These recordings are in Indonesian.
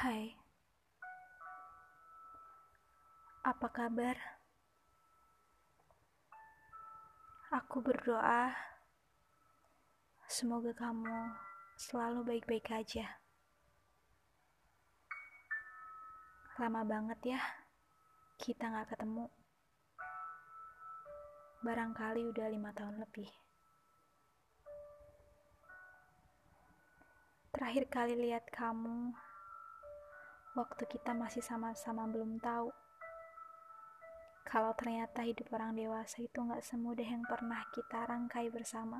Hai, apa kabar? Aku berdoa semoga kamu selalu baik-baik aja. Lama banget ya kita gak ketemu. Barangkali udah 5 tahun lebih. Terakhir kali lihat kamu waktu kita masih sama-sama belum tahu kalau ternyata hidup orang dewasa itu gak semudah yang pernah kita rangkai bersama.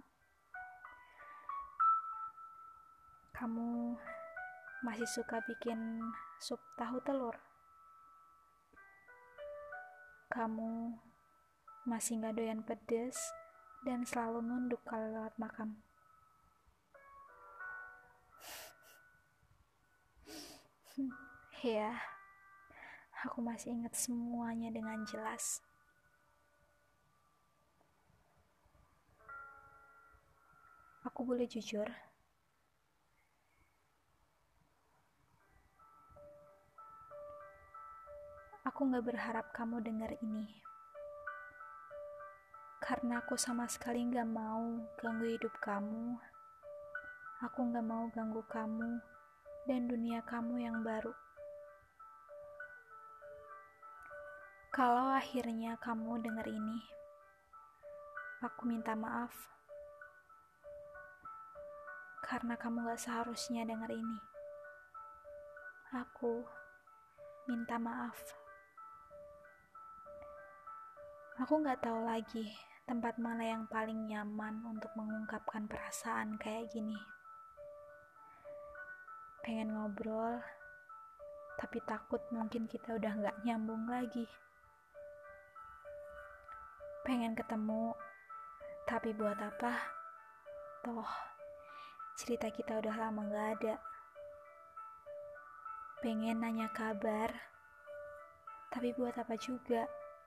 Kamu masih suka bikin sup tahu telur. Kamu masih gak doyan pedes dan selalu nunduk kalau lewat makam. Ya, aku masih ingat semuanya dengan jelas. Aku boleh jujur? Aku gak berharap kamu dengar ini. Karena aku sama sekali gak mau ganggu hidup kamu. Aku gak mau ganggu kamu dan dunia kamu yang baru. Kalau akhirnya kamu dengar ini, aku minta maaf. Karena kamu gak seharusnya dengar ini. Aku minta maaf. Aku gak tahu lagi tempat mana yang paling nyaman untuk mengungkapkan perasaan kayak gini. Pengen ngobrol, tapi takut mungkin kita udah gak nyambung lagi. Pengen ketemu, tapi buat apa? Toh, cerita kita udah lama gak ada. Pengen nanya kabar, tapi buat apa juga?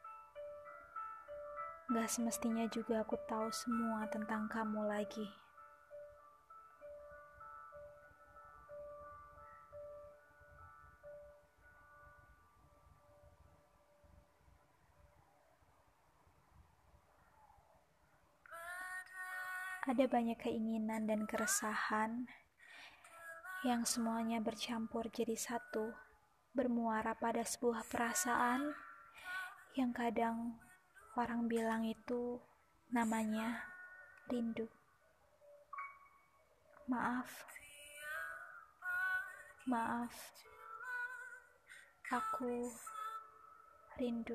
Gak semestinya juga aku tahu semua tentang kamu lagi. Ada banyak keinginan dan keresahan yang semuanya bercampur jadi satu, bermuara pada sebuah perasaan yang kadang orang bilang itu namanya rindu. Maaf, aku rindu.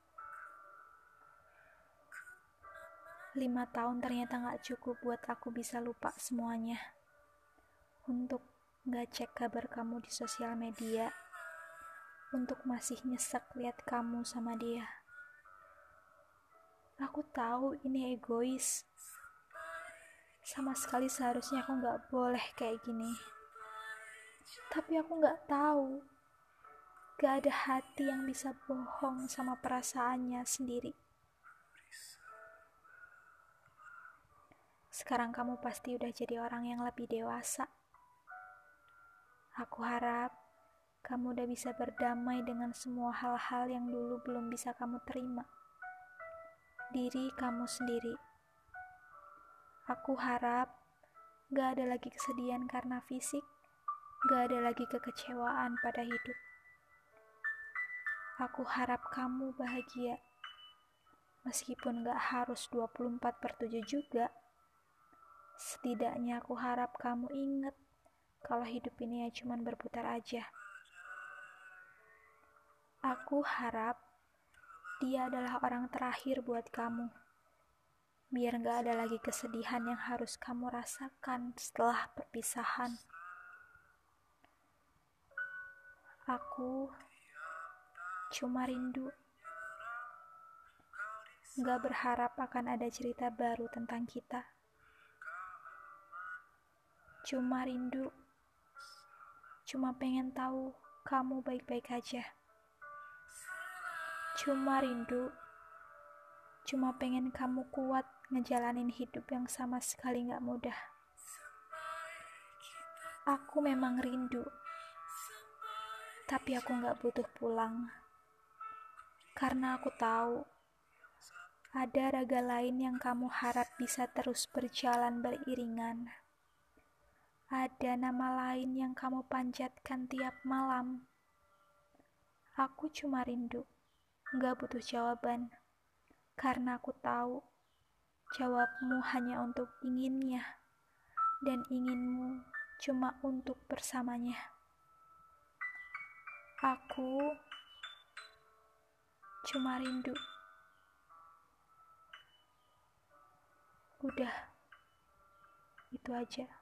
5 tahun ternyata gak cukup buat aku bisa lupa semuanya. Untuk gak cek kabar kamu di sosial media. Untuk masih nyesek lihat kamu sama dia. Aku tahu ini egois. Sama sekali seharusnya aku gak boleh kayak gini. Tapi aku gak tahu. Gak ada hati yang bisa bohong sama perasaannya sendiri. Sekarang kamu pasti udah jadi orang yang lebih dewasa. Aku harap kamu udah bisa berdamai dengan semua hal-hal yang dulu belum bisa kamu terima. Diri kamu sendiri. Aku harap gak ada lagi kesedihan karena fisik, gak ada lagi kekecewaan pada hidup. Aku harap kamu bahagia. Meskipun gak harus 24/7 juga. Setidaknya aku harap kamu ingat kalau hidup ini ya cuman berputar aja. Aku harap dia adalah orang terakhir buat kamu. Biar gak ada lagi kesedihan yang harus kamu rasakan setelah perpisahan. Aku cuma rindu. Gak berharap akan ada cerita baru tentang kita. Cuma rindu. Cuma pengen tahu kamu baik-baik aja. Cuma rindu. Cuma pengen kamu kuat ngejalanin hidup yang sama sekali gak mudah. Aku memang rindu. Tapi aku gak butuh pulang, karena aku tahu ada raga lain yang kamu harap bisa terus berjalan beriringan. Ada nama lain yang kamu panjatkan tiap malam. Aku cuma rindu, gak butuh jawaban, karena aku tahu jawabmu hanya untuk inginnya, dan inginmu cuma untuk bersamanya. Aku cuma rindu. Udah, itu aja.